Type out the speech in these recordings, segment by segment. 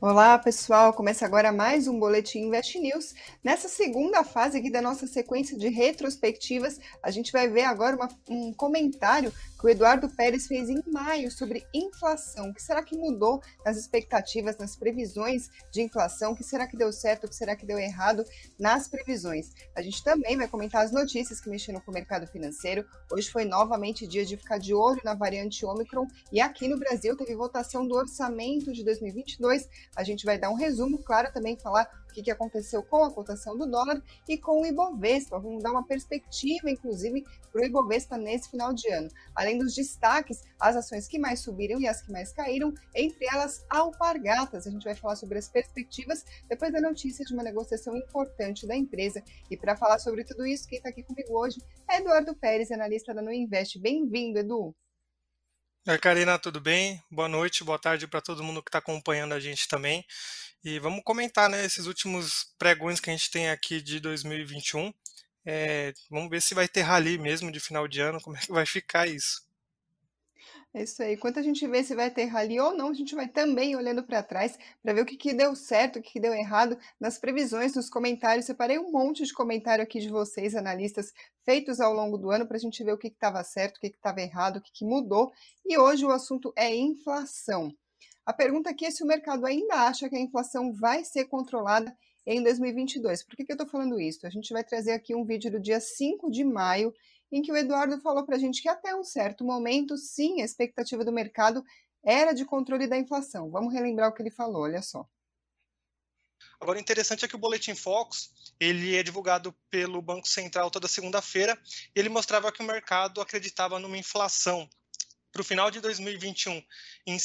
Olá, pessoal! Começa agora mais um Boletim Invest News. Nessa segunda fase aqui da nossa sequência de retrospectivas, a gente vai ver agora um comentário que o Eduardo Pérez fez em maio sobre inflação. O que será que mudou nas expectativas, nas previsões de inflação? O que será que deu certo? O que será que deu errado nas previsões? A gente também vai comentar as notícias que mexeram com o mercado financeiro. Hoje foi novamente dia de ficar de olho na variante Ômicron e aqui no Brasil teve votação do orçamento de 2022. A gente vai dar um resumo, claro, também falar o que aconteceu com a cotação do dólar e com o Ibovespa. Vamos dar uma perspectiva, inclusive, para o Ibovespa nesse final de ano. Além dos destaques, as ações que mais subiram e as que mais caíram, entre elas Alpargatas. A gente vai falar sobre as perspectivas depois da notícia de uma negociação importante da empresa. E para falar sobre tudo isso, quem está aqui comigo hoje é Eduardo Pérez, analista da Nuinvest. Bem-vindo, Edu. Oi, Karina, tudo bem? Boa noite, boa tarde para todo mundo que está acompanhando a gente também. E vamos comentar, né, esses últimos pregões que a gente tem aqui de 2021. Vamos ver se vai ter rally mesmo de final de ano, como é que vai ficar isso. É isso aí. Enquanto a gente vê se vai ter rally ou não, a gente vai também olhando para trás para ver o que deu certo, o que deu errado nas previsões, nos comentários. Separei um monte de comentário aqui de vocês, analistas, feitos ao longo do ano, para a gente ver o que estava certo, o que estava errado, o que mudou. E hoje o assunto é inflação. A pergunta aqui é se o mercado ainda acha que a inflação vai ser controlada em 2022. Por que eu estou falando isso? A gente vai trazer aqui um vídeo do dia 5 de maio, em que o Eduardo falou para a gente que até um certo momento, sim, a expectativa do mercado era de controle da inflação. Vamos relembrar o que ele falou, olha só. Agora, o interessante é que o Boletim Focus, ele é divulgado pelo Banco Central toda segunda-feira, e ele mostrava que o mercado acreditava numa inflação para o final de 2021 em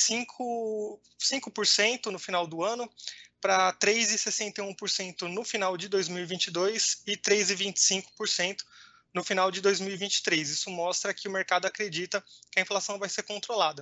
5% no final do ano, para 3,61% no final de 2022 e 3,25% no final de 2023. Isso mostra que o mercado acredita que a inflação vai ser controlada.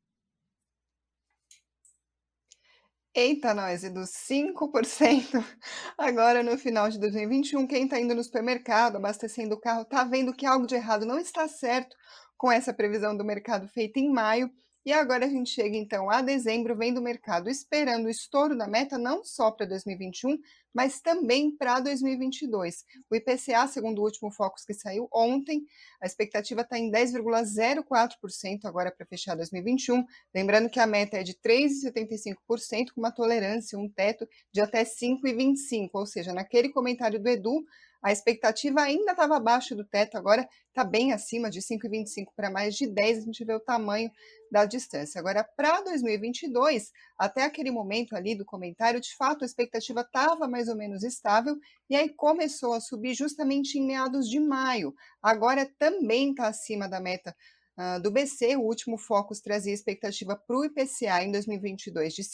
Eita, nós, e dos 5% agora no final de 2021, quem está indo no supermercado, abastecendo o carro, está vendo que algo de errado não está certo com essa previsão do mercado feita em maio. E agora a gente chega então a dezembro, vendo o mercado esperando o estouro da meta, não só para 2021, mas também para 2022. O IPCA, segundo o último Focus que saiu ontem, a expectativa está em 10,04% agora para fechar 2021. Lembrando que a meta é de 3,75%, com uma tolerância, um teto de até 5,25%. Ou seja, naquele comentário do Edu, a expectativa ainda estava abaixo do teto, agora está bem acima de 5,25 para mais de 10. A gente vê o tamanho da distância. Agora, para 2022, até aquele momento ali do comentário, de fato, a expectativa estava mais ou menos estável, e aí começou a subir justamente em meados de maio. Agora também está acima da meta do BC. O último Focus trazia expectativa para o IPCA em 2022 de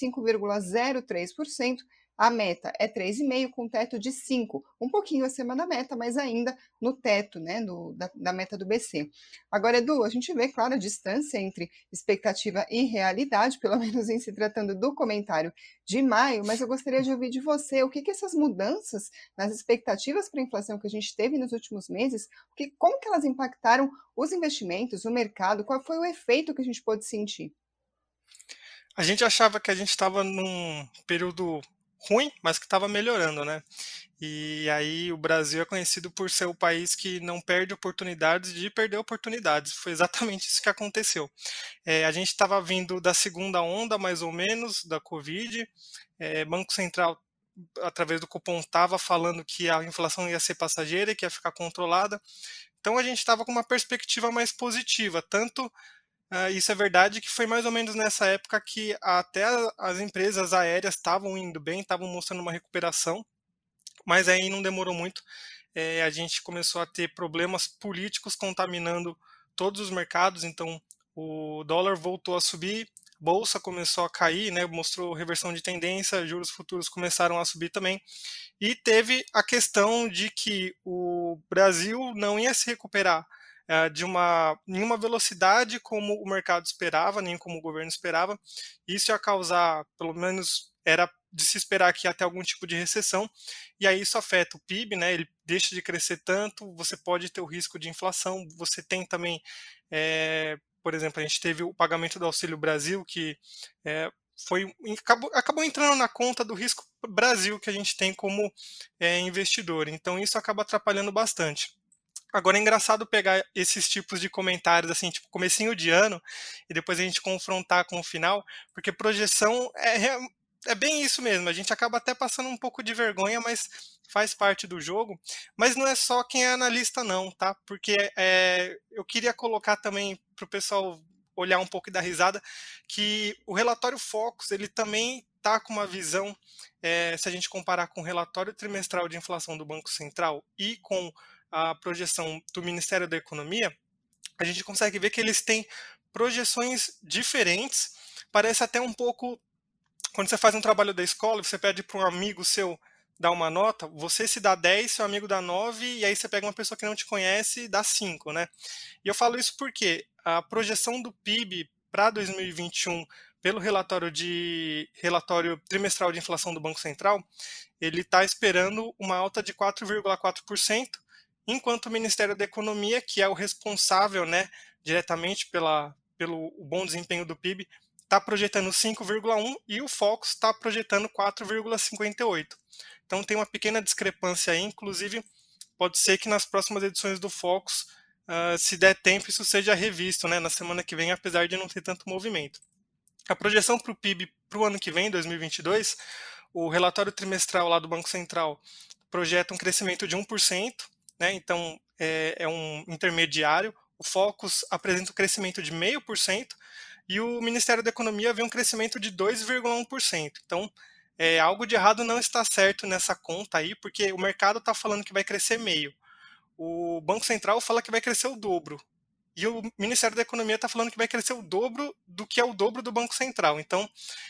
5,03%. A meta é 3,5%, com teto de 5%, um pouquinho acima da meta, mas ainda no teto, né, da meta do BC. Agora, Edu, a gente vê, claro, a distância entre expectativa e realidade, pelo menos em se tratando do comentário de maio, mas eu gostaria de ouvir de você o que essas mudanças nas expectativas para a inflação que a gente teve nos últimos meses, como que elas impactaram os investimentos, o mercado, qual foi o efeito que a gente pôde sentir? A gente achava que a gente estava num período ruim, mas que estava melhorando, né? E aí o Brasil é conhecido por ser o país que não perde oportunidades de perder oportunidades. Foi exatamente isso que aconteceu. A gente estava vindo da segunda onda, mais ou menos, da Covid. Banco Central, através do cupom, estava falando que a inflação ia ser passageira e que ia ficar controlada. Então a gente estava com uma perspectiva mais positiva, tanto isso é verdade que foi mais ou menos nessa época que até as empresas aéreas estavam indo bem, estavam mostrando uma recuperação, mas aí não demorou muito. A gente começou a ter problemas políticos contaminando todos os mercados, então o dólar voltou a subir, bolsa começou a cair, né, mostrou reversão de tendência, juros futuros começaram a subir também, e teve a questão de que o Brasil não ia se recuperar em uma velocidade como o mercado esperava, nem como o governo esperava. Isso ia causar, pelo menos era de se esperar que ia ter algum tipo de recessão, e aí isso afeta o PIB, né? Ele deixa de crescer tanto, você pode ter o risco de inflação, você tem também, por exemplo, a gente teve o pagamento do Auxílio Brasil, que é, acabou entrando na conta do risco Brasil que a gente tem como investidor. Então isso acaba atrapalhando bastante. Agora é engraçado pegar esses tipos de comentários, assim, tipo, comecinho de ano, e depois a gente confrontar com o final, porque projeção é bem isso mesmo, a gente acaba até passando um pouco de vergonha, mas faz parte do jogo. Mas não é só quem é analista não, tá? Porque eu queria colocar também para o pessoal olhar um pouco e dar risada, que o relatório Focus, ele também tá com uma visão, se a gente comparar com o relatório trimestral de inflação do Banco Central e com a projeção do Ministério da Economia, a gente consegue ver que eles têm projeções diferentes. Parece até um pouco quando você faz um trabalho da escola, você pede para um amigo seu dar uma nota, você se dá 10, seu amigo dá 9, e aí você pega uma pessoa que não te conhece e dá 5, né? E eu falo isso porque a projeção do PIB para 2021, pelo relatório trimestral de inflação do Banco Central, ele está esperando uma alta de 4,4%, enquanto o Ministério da Economia, que é o responsável, né, diretamente pelo bom desempenho do PIB, está projetando 5,1% e o Focus está projetando 4,58%. Então tem uma pequena discrepância aí, inclusive pode ser que nas próximas edições do Focus, se der tempo, isso seja revisto, né, na semana que vem, apesar de não ter tanto movimento. A projeção para o PIB para o ano que vem, 2022, o relatório trimestral lá do Banco Central projeta um crescimento de 1%, né, então é um intermediário. O Focus apresenta um crescimento de 0,5%, e o Ministério da Economia vê um crescimento de 2,1%. Então, algo de errado não está certo nessa conta aí, porque o mercado está falando que vai crescer meio. O Banco Central fala que vai crescer o dobro. E o Ministério da Economia está falando que vai crescer o dobro do que é o dobro do Banco Central. Então,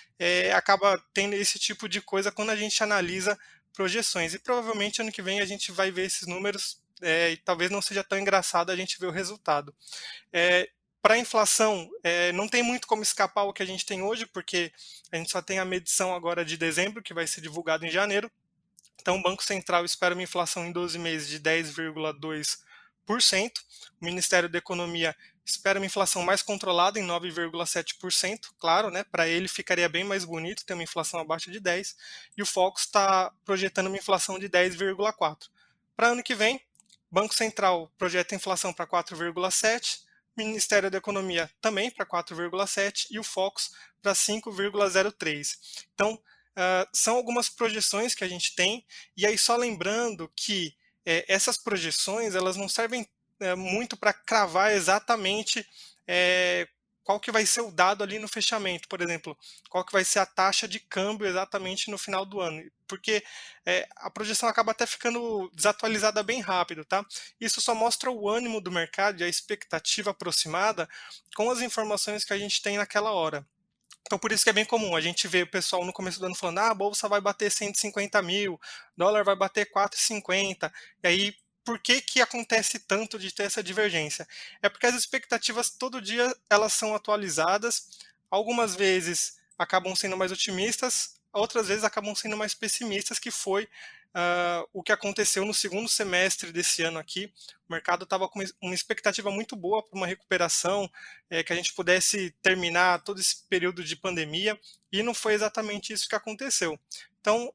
acaba tendo esse tipo de coisa quando a gente analisa projeções. E provavelmente ano que vem a gente vai ver esses números e talvez não seja tão engraçado a gente ver o resultado. Para a inflação, não tem muito como escapar o que a gente tem hoje, porque a gente só tem a medição agora de dezembro, que vai ser divulgado em janeiro. Então, o Banco Central espera uma inflação em 12 meses de 10,2%. O Ministério da Economia espera uma inflação mais controlada em 9,7%. Claro, né, para ele ficaria bem mais bonito ter uma inflação abaixo de 10%. E o Focus está projetando uma inflação de 10,4%. Para ano que vem, Banco Central projeta a inflação para 4,7%. Ministério da Economia também para 4,7% e o Focus para 5,03%. Então, são algumas projeções que a gente tem, e aí só lembrando que essas projeções elas não servem muito para cravar exatamente qual que vai ser o dado ali no fechamento, por exemplo, qual que vai ser a taxa de câmbio exatamente no final do ano, porque a projeção acaba até ficando desatualizada bem rápido, tá? Isso só mostra o ânimo do mercado e a expectativa aproximada com as informações que a gente tem naquela hora. Então, por isso que é bem comum. A gente vê o pessoal no começo do ano falando: a bolsa vai bater 150 mil, dólar vai bater 4,50. E aí, por que que acontece tanto de ter essa divergência? É porque as expectativas todo dia elas são atualizadas. Algumas vezes acabam sendo mais otimistas, outras vezes acabam sendo mais pessimistas, que foi o que aconteceu no segundo semestre desse ano aqui. O mercado estava com uma expectativa muito boa para uma recuperação, que a gente pudesse terminar todo esse período de pandemia, e não foi exatamente isso que aconteceu. Então,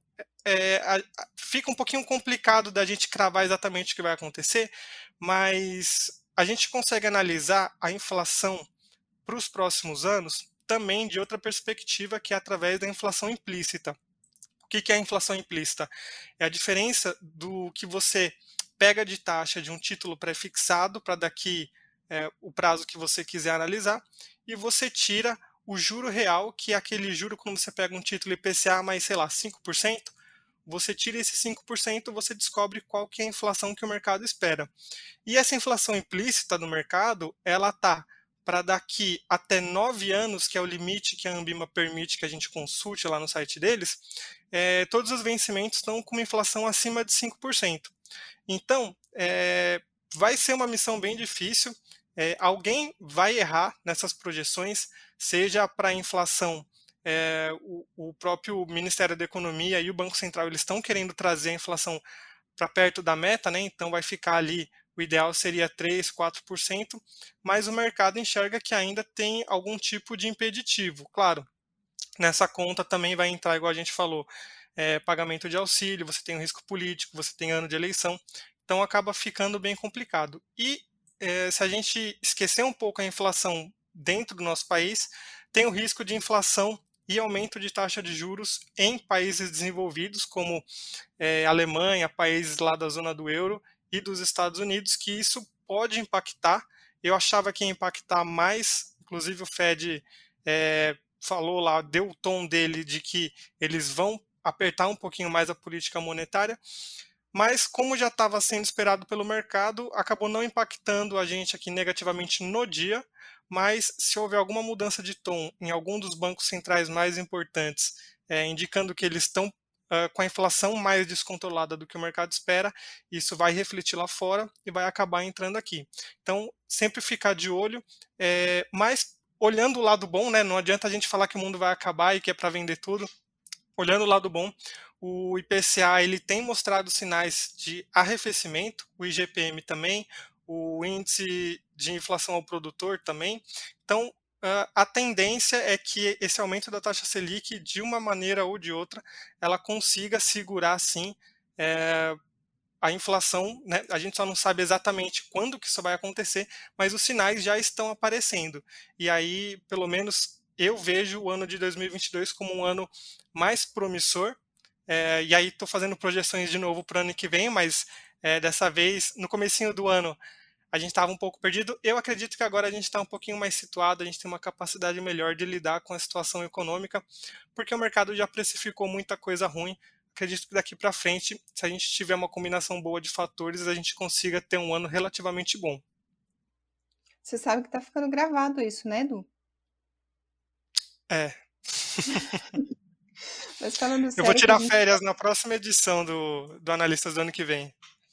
fica um pouquinho complicado da gente cravar exatamente o que vai acontecer, mas a gente consegue analisar a inflação para os próximos anos também de outra perspectiva, que é através da inflação implícita. O que é a inflação implícita? É a diferença do que você pega de taxa de um título pré-fixado para daqui o prazo que você quiser analisar, e você tira o juro real, que é aquele juro quando você pega um título IPCA mais, sei lá, 5%, você tira esse 5%, você descobre qual que é a inflação que o mercado espera. E essa inflação implícita do mercado, ela está para daqui até 9 anos, que é o limite que a Anbima permite que a gente consulte lá no site deles, todos os vencimentos estão com uma inflação acima de 5%. Então, vai ser uma missão bem difícil. Alguém vai errar nessas projeções, seja para a inflação. O próprio Ministério da Economia e o Banco Central eles estão querendo trazer a inflação para perto da meta, né? Então vai ficar ali, o ideal seria 3, 4%, mas o mercado enxerga que ainda tem algum tipo de impeditivo. Claro, Nessa conta também vai entrar, igual a gente falou, pagamento de auxílio, você tem o risco político, você tem ano de eleição, então acaba ficando bem complicado. E se a gente esquecer um pouco a inflação dentro do nosso país, tem o risco de inflação e aumento de taxa de juros em países desenvolvidos, como Alemanha, países lá da zona do euro e dos Estados Unidos, que isso pode impactar. Eu achava que ia impactar mais, inclusive o Fed falou lá, deu o tom dele de que eles vão apertar um pouquinho mais a política monetária, mas como já estava sendo esperado pelo mercado, acabou não impactando a gente aqui negativamente no dia, mas se houver alguma mudança de tom em algum dos bancos centrais mais importantes, indicando que eles estão com a inflação mais descontrolada do que o mercado espera, isso vai refletir lá fora e vai acabar entrando aqui. Então, sempre ficar de olho, mas olhando o lado bom, né? Não adianta a gente falar que o mundo vai acabar e que é para vender tudo. Olhando o lado bom, o IPCA ele tem mostrado sinais de arrefecimento, o IGPM também, o índice de inflação ao produtor também. Então, a tendência é que esse aumento da taxa Selic, de uma maneira ou de outra, ela consiga segurar, sim, a inflação, né? A gente só não sabe exatamente quando que isso vai acontecer, mas os sinais já estão aparecendo. E aí, pelo menos, eu vejo o ano de 2022 como um ano mais promissor. E aí estou fazendo projeções de novo para o ano que vem, mas dessa vez, no comecinho do ano, a gente estava um pouco perdido. Eu acredito que agora a gente está um pouquinho mais situado, a gente tem uma capacidade melhor de lidar com a situação econômica, porque o mercado já precificou muita coisa ruim. Acredito que daqui para frente, se a gente tiver uma combinação boa de fatores, a gente consiga ter um ano relativamente bom. Você sabe que tá ficando gravado isso, né, Edu? É. Mas falando Eu vou sério que a tirar gente férias na próxima edição do Analistas do ano que vem.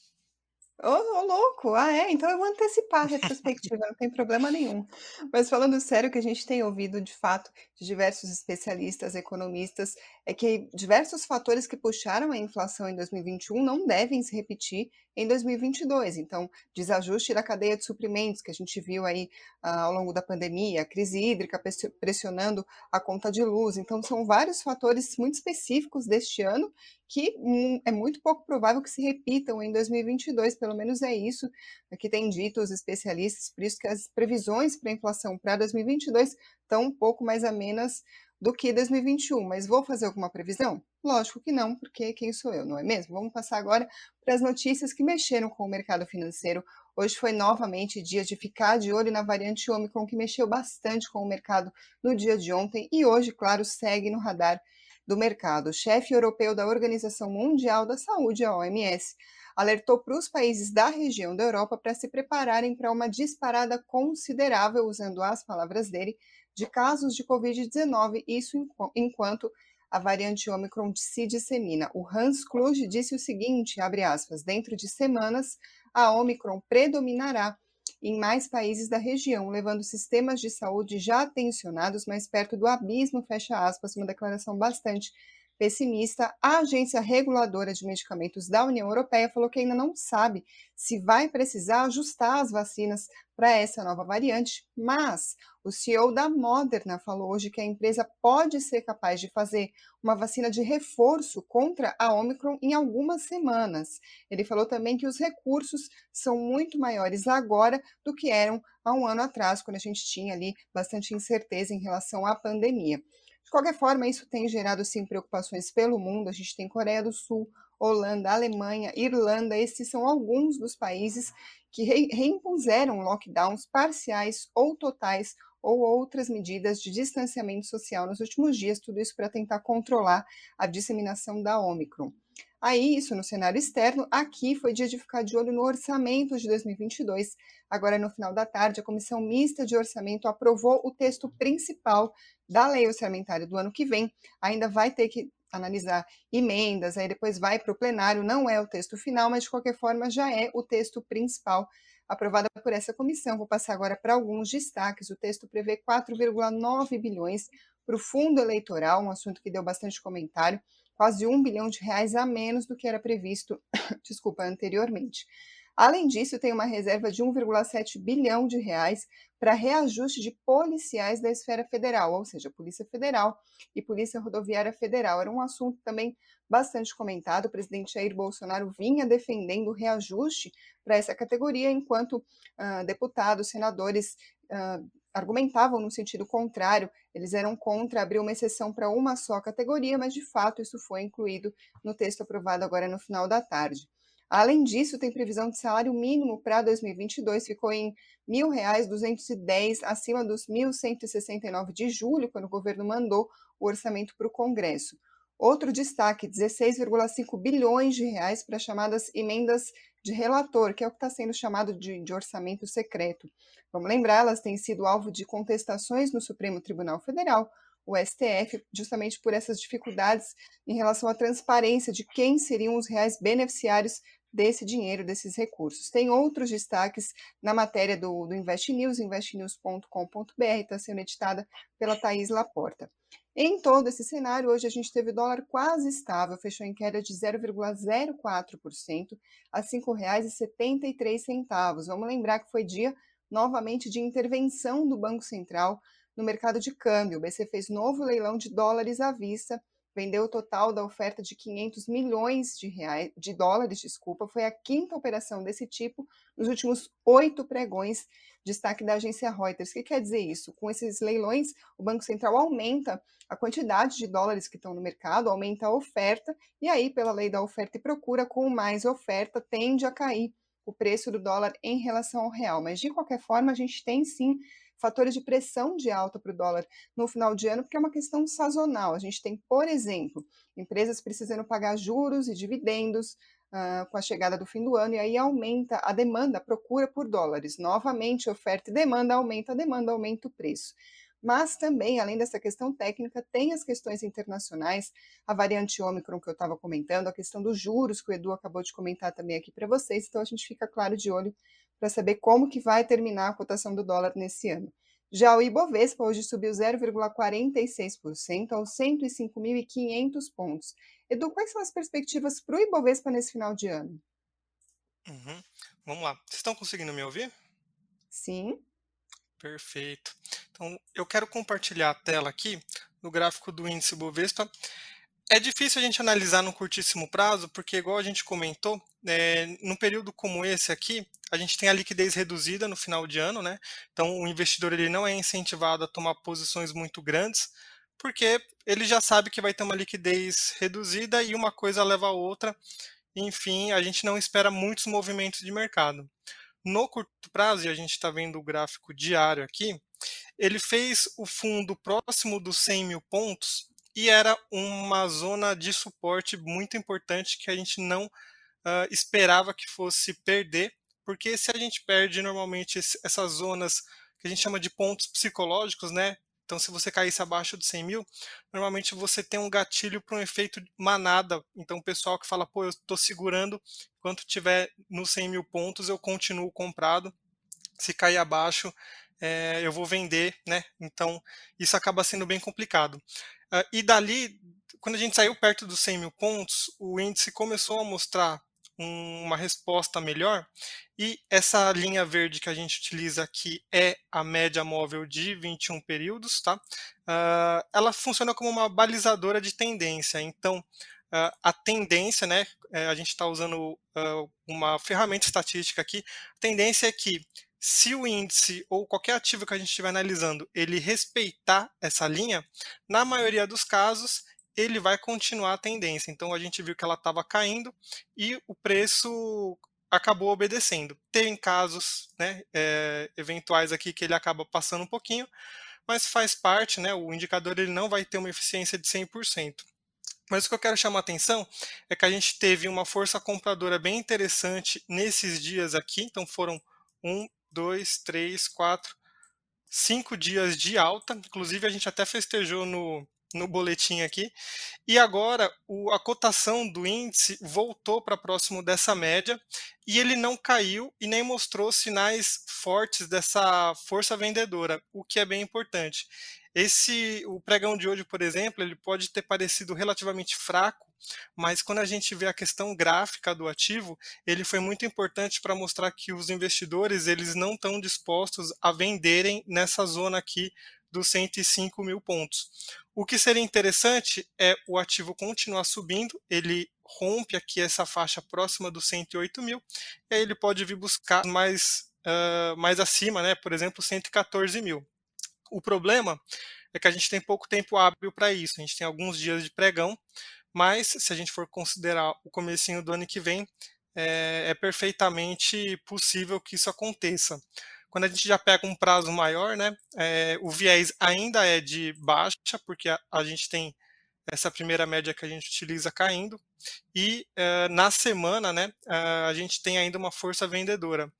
ô louco! Ah, é? Então eu vou antecipar a retrospectiva, não tem problema nenhum. Mas falando sério, o que a gente tem ouvido de fato de diversos especialistas, economistas, é que diversos fatores que puxaram a inflação em 2021 não devem se repetir em 2022. Então, desajuste da cadeia de suprimentos que a gente viu aí ao longo da pandemia, a crise hídrica pressionando a conta de luz. Então, são vários fatores muito específicos deste ano que é muito pouco provável que se repitam em 2022, pelo menos é isso que têm dito os especialistas, por isso que as previsões para a inflação para 2022 estão um pouco mais amenas do que 2021. Mas vou fazer alguma previsão? Lógico que não, porque quem sou eu, não é mesmo? Vamos passar agora para as notícias que mexeram com o mercado financeiro. Hoje foi novamente dia de ficar de olho na variante Ômicron, que mexeu bastante com o mercado no dia de ontem e hoje, claro, segue no radar do mercado. O chefe europeu da Organização Mundial da Saúde, a OMS, alertou para os países da região da Europa para se prepararem para uma disparada considerável, usando as palavras dele, de casos de Covid-19, isso enquanto a variante Ômicron se dissemina. O Hans Kluge disse o seguinte, abre aspas, dentro de semanas, a Ômicron predominará em mais países da região, levando sistemas de saúde já tensionados mais perto do abismo, fecha aspas, uma declaração bastante pessimista. A Agência Reguladora de Medicamentos da União Europeia falou que ainda não sabe se vai precisar ajustar as vacinas para essa nova variante, mas o CEO da Moderna falou hoje que a empresa pode ser capaz de fazer uma vacina de reforço contra a Omicron em algumas semanas. Ele falou também que os recursos são muito maiores agora do que eram há um ano atrás, quando a gente tinha ali bastante incerteza em relação à pandemia. De qualquer forma, isso tem gerado sim preocupações pelo mundo. A gente tem Coreia do Sul, Holanda, Alemanha, Irlanda, esses são alguns dos países que reimpuseram lockdowns parciais ou totais ou outras medidas de distanciamento social nos últimos dias, tudo isso para tentar controlar a disseminação da Omicron. Aí, isso no cenário externo, aqui foi dia de ficar de olho no orçamento de 2022. Agora, no final da tarde, a Comissão Mista de Orçamento aprovou o texto principal da lei orçamentária do ano que vem. Ainda vai ter que analisar emendas, aí depois vai para o plenário, não é o texto final, mas de qualquer forma já é o texto principal aprovado por essa comissão. Vou passar agora para alguns destaques. O texto prevê 4,9 bilhões para o fundo eleitoral, um assunto que deu bastante comentário, quase R$ 1 bilhão a menos do que era previsto, desculpa, anteriormente. Além disso, tem uma reserva de 1,7 bilhão de reais para reajuste de policiais da esfera federal, ou seja, Polícia Federal e Polícia Rodoviária Federal. Era um assunto também bastante comentado. O presidente Jair Bolsonaro vinha defendendo o reajuste para essa categoria, enquanto deputados, senadores argumentavam no sentido contrário. Eles eram contra abrir uma exceção para uma só categoria, mas de fato isso foi incluído no texto aprovado agora no final da tarde. Além disso, tem previsão de salário mínimo para 2022, ficou em R$ 1.210, acima dos 1.169 de julho, quando o governo mandou o orçamento para o Congresso. Outro destaque, 16,5 bilhões de reais para chamadas emendas de relator, que é o que está sendo chamado de orçamento secreto. Vamos lembrar, elas têm sido alvo de contestações no Supremo Tribunal Federal, o STF, justamente por essas dificuldades em relação à transparência de quem seriam os reais beneficiários desse dinheiro, desses recursos. Tem outros destaques na matéria do Invest News, investnews.com.br, está sendo editada pela Thaís Laporta. Em todo esse cenário, hoje a gente teve o dólar quase estável, fechou em queda de 0,04% a R$ 5,73. Vamos lembrar que foi dia novamente de intervenção do Banco Central no mercado de câmbio. O BC fez novo leilão de dólares à vista, vendeu o total da oferta de 500 milhões de dólares, foi a quinta operação desse tipo nos últimos 8 pregões, destaque da agência Reuters. O que quer dizer isso? Com esses leilões, o Banco Central aumenta a quantidade de dólares que estão no mercado, aumenta a oferta, e aí, pela lei da oferta e procura, com mais oferta, tende a cair o preço do dólar em relação ao real. Mas, de qualquer forma, a gente tem sim fatores de pressão de alta para o dólar no final de ano, porque é uma questão sazonal. A gente tem, por exemplo, empresas precisando pagar juros e dividendos com a chegada do fim do ano, e aí aumenta a demanda, a procura por dólares. Novamente, oferta e demanda, aumenta o preço. Mas também, além dessa questão técnica, tem as questões internacionais, a variante Ômicron que eu estava comentando, a questão dos juros que o Edu acabou de comentar também aqui para vocês, então a gente fica, claro, de olho para saber como que vai terminar a cotação do dólar nesse ano. Já o Ibovespa hoje subiu 0,46% aos 105.500 pontos. Edu, quais são as perspectivas para o Ibovespa nesse final de ano? Vamos lá. Vocês estão conseguindo me ouvir? Sim. Perfeito. Então, eu quero compartilhar a tela aqui no gráfico do índice Bovespa. É difícil a gente analisar no curtíssimo prazo, porque, igual a gente comentou, num período como esse aqui, a gente tem a liquidez reduzida no final de ano, né? Então, o investidor ele não é incentivado a tomar posições muito grandes, porque ele já sabe que vai ter uma liquidez reduzida e uma coisa leva a outra. Enfim, a gente não espera muitos movimentos de mercado. No curto prazo, e a gente está vendo o gráfico diário aqui, ele fez o fundo próximo dos 100 mil pontos e era uma zona de suporte muito importante que a gente não esperava que fosse perder, porque se a gente perde normalmente essas zonas que a gente chama de pontos psicológicos, né? Então, se você caísse abaixo dos 100 mil, normalmente você tem um gatilho para um efeito manada. Então, o pessoal que fala, pô, eu estou segurando, enquanto estiver nos 100 mil pontos, eu continuo comprado. Se cair abaixo, eu vou vender, né? Então, isso acaba sendo bem complicado. E dali, quando a gente saiu perto dos 100 mil pontos, o índice começou a mostrar uma resposta melhor, e essa linha verde que a gente utiliza aqui é a média móvel de 21 períodos, tá? Ela funciona como uma balizadora de tendência, então a tendência, né, a gente está usando uma ferramenta estatística aqui, a tendência é que se o índice ou qualquer ativo que a gente estiver analisando, ele respeitar essa linha, na maioria dos casos, ele vai continuar a tendência. Então a gente viu que ela estava caindo e o preço acabou obedecendo. Tem casos, né, eventuais aqui que ele acaba passando um pouquinho, mas faz parte, né, o indicador ele não vai ter uma eficiência de 100%. Mas o que eu quero chamar a atenção é que a gente teve uma força compradora bem interessante nesses dias aqui. Então foram 5 dias de alta. Inclusive a gente até festejou no boletim aqui. E agora a cotação do índice voltou para próximo dessa média e ele não caiu e nem mostrou sinais fortes dessa força vendedora, o que é bem importante. O pregão de hoje, por exemplo, ele pode ter parecido relativamente fraco, mas quando a gente vê a questão gráfica do ativo, ele foi muito importante para mostrar que os investidores eles não estão dispostos a venderem nessa zona aqui dos 105 mil pontos. O que seria interessante é o ativo continuar subindo, ele rompe aqui essa faixa próxima dos 108 mil, e aí ele pode vir buscar mais acima, né? Por exemplo, 114 mil. O problema é que a gente tem pouco tempo hábil para isso, a gente tem alguns dias de pregão, mas se a gente for considerar o comecinho do ano que vem, é perfeitamente possível que isso aconteça. Quando a gente já pega um prazo maior, né, o viés ainda é de baixa, porque a gente tem essa primeira média que a gente utiliza caindo, e na semana, né, a gente tem ainda uma força vendedora.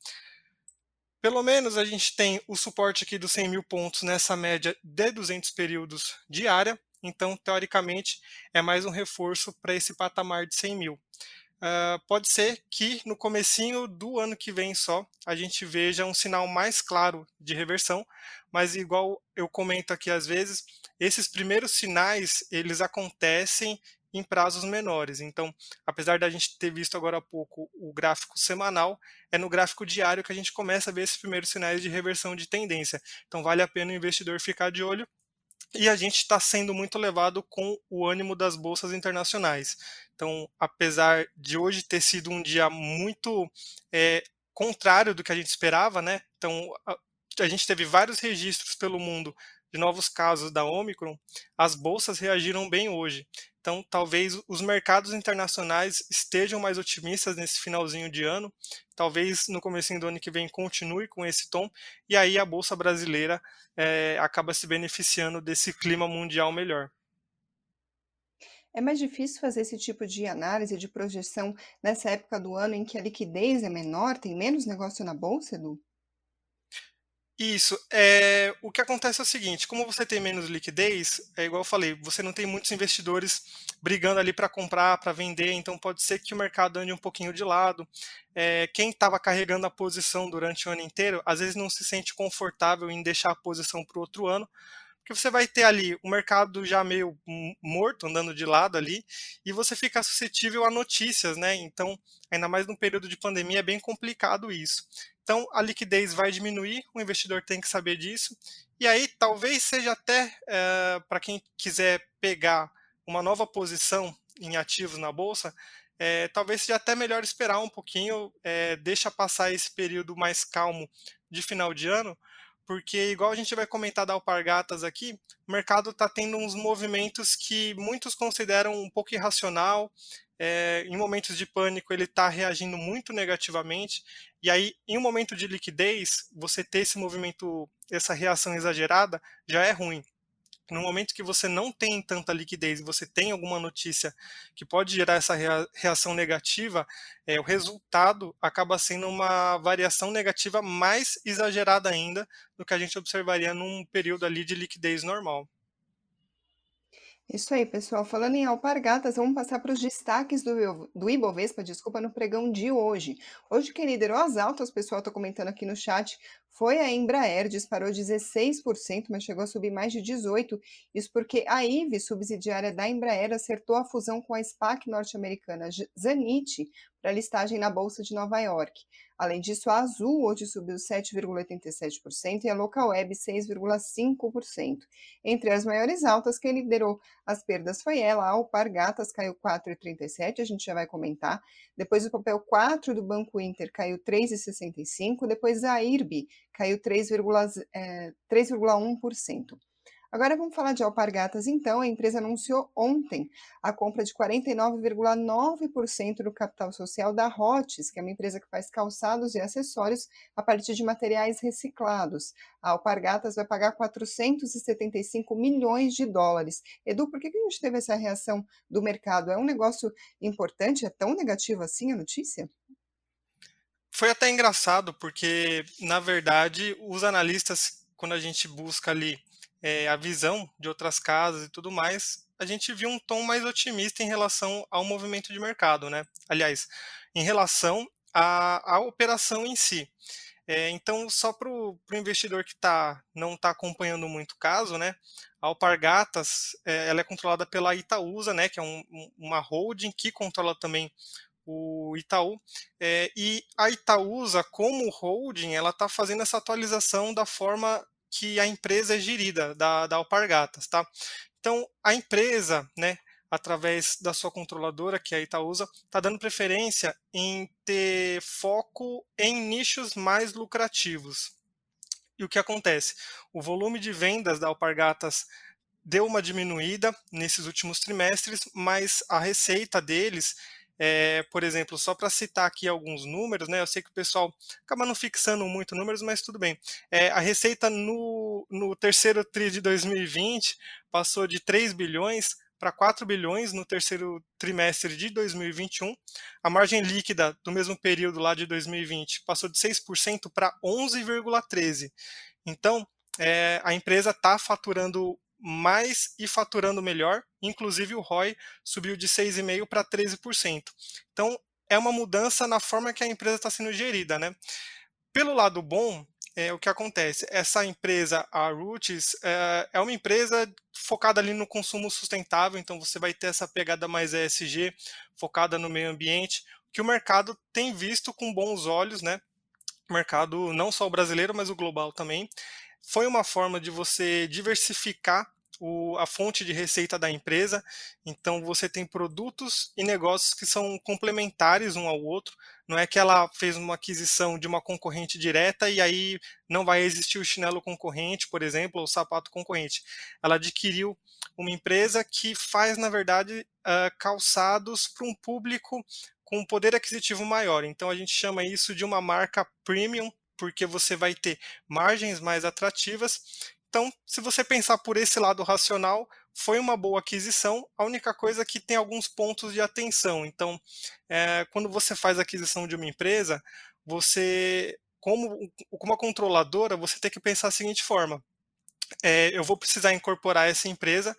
Pelo menos a gente tem o suporte aqui dos 100 mil pontos nessa média de 200 períodos diária, então, teoricamente, é mais um reforço para esse patamar de 100 mil. Pode ser que no comecinho do ano que vem só a gente veja um sinal mais claro de reversão, mas igual eu comento aqui às vezes, esses primeiros sinais eles acontecem em prazos menores. Então, apesar da gente ter visto agora há pouco o gráfico semanal, é no gráfico diário que a gente começa a ver esses primeiros sinais de reversão de tendência. Então, vale a pena o investidor ficar de olho e a gente está sendo muito levado com o ânimo das bolsas internacionais. Então, apesar de hoje ter sido um dia muito contrário do que a gente esperava, né? Então, a gente teve vários registros pelo mundo de novos casos da Omicron, as bolsas reagiram bem hoje. Então, talvez os mercados internacionais estejam mais otimistas nesse finalzinho de ano, talvez no comecinho do ano que vem continue com esse tom, e aí a bolsa brasileira acaba se beneficiando desse clima mundial melhor. É mais difícil fazer esse tipo de análise de projeção nessa época do ano em que a liquidez é menor, tem menos negócio na bolsa, Edu? Isso. O que acontece é o seguinte, como você tem menos liquidez, é igual eu falei, você não tem muitos investidores brigando ali para comprar, para vender, então pode ser que o mercado ande um pouquinho de lado. Quem estava carregando a posição durante o ano inteiro, às vezes não se sente confortável em deixar a posição para o outro ano, porque você vai ter ali o mercado já meio morto, andando de lado ali, e você fica suscetível a notícias, né? Então, ainda mais no período de pandemia, é bem complicado isso. Então, a liquidez vai diminuir, o investidor tem que saber disso, e aí talvez seja até para quem quiser pegar uma nova posição em ativos na bolsa, talvez seja até melhor esperar um pouquinho, deixa passar esse período mais calmo de final de ano, porque igual a gente vai comentar da Alpargatas aqui, o mercado está tendo uns movimentos que muitos consideram um pouco irracional. Em momentos de pânico ele está reagindo muito negativamente, e aí em um momento de liquidez, você ter esse movimento, essa reação exagerada, já é ruim. No momento que você não tem tanta liquidez e você tem alguma notícia que pode gerar essa reação negativa, o resultado acaba sendo uma variação negativa mais exagerada ainda do que a gente observaria num período ali de liquidez normal. Isso aí, pessoal. Falando em alpargatas, vamos passar para os destaques do Ibovespa, desculpa, no pregão de hoje. Hoje quem liderou as altas, o pessoal está comentando aqui no chat, foi a Embraer, disparou 16%, mas chegou a subir mais de 18%. Isso porque a IVE, subsidiária da Embraer, acertou a fusão com a SPAC norte-americana Zanit para listagem na Bolsa de Nova York. Além disso, a Azul hoje subiu 7,87% e a Localweb 6,5%. Entre as maiores altas, quem liderou as perdas foi ela, a Alpargatas caiu 4,37, a gente já vai comentar. Depois o papel 4 do Banco Inter caiu 3,65, depois a IRB caiu 3,1%. Agora vamos falar de Alpargatas, então. A empresa anunciou ontem a compra de 49,9% do capital social da Rotes, que é uma empresa que faz calçados e acessórios a partir de materiais reciclados. A Alpargatas vai pagar 475 milhões de dólares. Edu, por que a gente teve essa reação do mercado? É um negócio importante? É tão negativo assim a notícia? Foi até engraçado, porque, na verdade, os analistas, quando a gente busca ali a visão de outras casas e tudo mais, a gente viu um tom mais otimista em relação ao movimento de mercado, né? Aliás, em relação à operação em si. Então, só para o investidor que não está acompanhando muito o caso, né, a Alpargatas ela é controlada pela Itaúsa, né, que é uma holding que controla também o Itaú, e a Itaúsa, como holding, ela está fazendo essa atualização da forma que a empresa é gerida, da Alpargatas, tá? Então, a empresa, né, através da sua controladora, que é a Itaúsa, está dando preferência em ter foco em nichos mais lucrativos. E o que acontece? O volume de vendas da Alpargatas deu uma diminuída nesses últimos trimestres, mas a receita deles, por exemplo, só para citar aqui alguns números, né? Eu sei que o pessoal acaba não fixando muito números, mas tudo bem. A receita no terceiro TRI de 2020 passou de 3 bilhões para 4 bilhões no terceiro trimestre de 2021. A margem líquida do mesmo período lá de 2020 passou de 6% para 11,13%. Então, a empresa está faturando mais e faturando melhor, inclusive o ROI subiu de 6,5% para 13%. Então, é uma mudança na forma que a empresa está sendo gerida, né? Pelo lado bom, o que acontece? Essa empresa, a Roots, é uma empresa focada ali no consumo sustentável, então você vai ter essa pegada mais ESG, focada no meio ambiente, que o mercado tem visto com bons olhos, né? O mercado não só o brasileiro, mas o global também. Foi uma forma de você diversificar a fonte de receita da empresa. Então, você tem produtos e negócios que são complementares um ao outro. Não é que ela fez uma aquisição de uma concorrente direta e aí não vai existir o chinelo concorrente, por exemplo, ou o sapato concorrente. Ela adquiriu uma empresa que faz, na verdade, calçados para um público com um poder aquisitivo maior. Então, a gente chama isso de uma marca premium, porque você vai ter margens mais atrativas. Então, se você pensar por esse lado racional, foi uma boa aquisição. A única coisa é que tem alguns pontos de atenção. Então, quando você faz a aquisição de uma empresa, você, como a controladora, você tem que pensar da seguinte forma: eu vou precisar incorporar essa empresa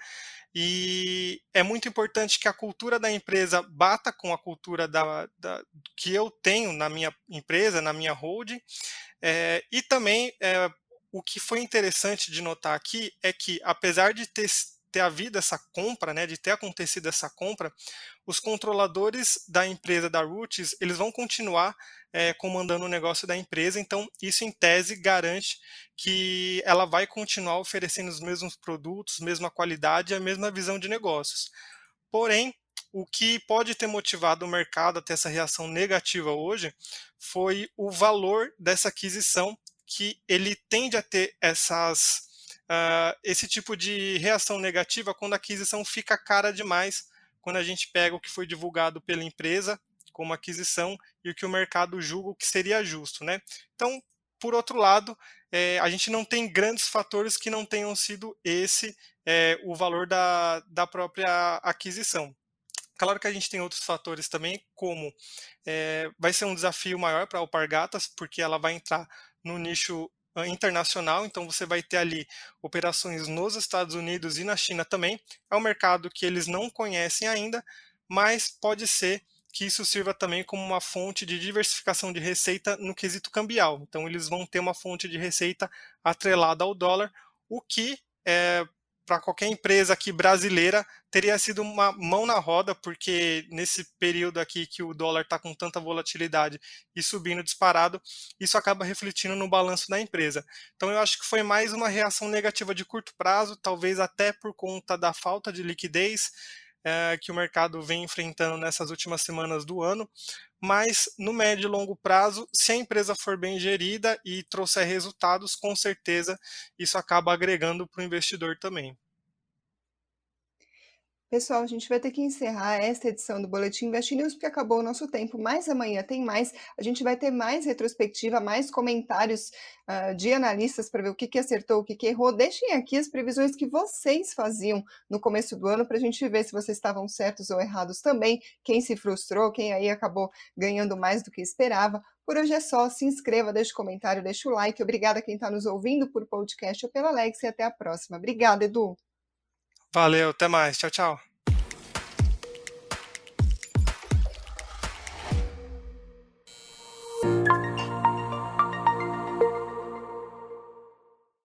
e é muito importante que a cultura da empresa bata com a cultura que eu tenho na minha empresa, na minha holding, e também, o que foi interessante de notar aqui é que, apesar de ter havido essa compra, né, de ter acontecido essa compra, os controladores da empresa da Roots, eles vão continuar comandando o negócio da empresa, então isso em tese garante que ela vai continuar oferecendo os mesmos produtos, mesma qualidade e a mesma visão de negócios. Porém, o que pode ter motivado o mercado a ter essa reação negativa hoje foi o valor dessa aquisição, que ele tende a ter esse tipo de reação negativa quando a aquisição fica cara demais, quando a gente pega o que foi divulgado pela empresa como aquisição e o que o mercado julga que seria justo, né? Então, por outro lado, a gente não tem grandes fatores que não tenham sido o valor da própria aquisição. Claro que a gente tem outros fatores também, como vai ser um desafio maior para a Alpargatas, porque ela vai entrar no nicho internacional, então você vai ter ali operações nos Estados Unidos e na China também. É um mercado que eles não conhecem ainda, mas pode ser que isso sirva também como uma fonte de diversificação de receita no quesito cambial. Então eles vão ter uma fonte de receita atrelada ao dólar, o que para qualquer empresa aqui brasileira teria sido uma mão na roda, porque nesse período aqui que o dólar está com tanta volatilidade e subindo disparado, isso acaba refletindo no balanço da empresa. Então eu acho que foi mais uma reação negativa de curto prazo, talvez até por conta da falta de liquidez que o mercado vem enfrentando nessas últimas semanas do ano, mas no médio e longo prazo, se a empresa for bem gerida e trouxer resultados, com certeza isso acaba agregando para o investidor também. Pessoal, a gente vai ter que encerrar esta edição do Boletim Invest News, porque acabou o nosso tempo, mas amanhã tem mais. A gente vai ter mais retrospectiva, mais comentários de analistas para ver o que, que acertou, o que, que errou. Deixem aqui as previsões que vocês faziam no começo do ano para a gente ver se vocês estavam certos ou errados também, quem se frustrou, quem aí acabou ganhando mais do que esperava. Por hoje é só, se inscreva, deixe comentário, deixe o like. Obrigada a quem está nos ouvindo por podcast ou pela Alex e até a próxima. Obrigada, Edu. Valeu, até mais. Tchau, tchau.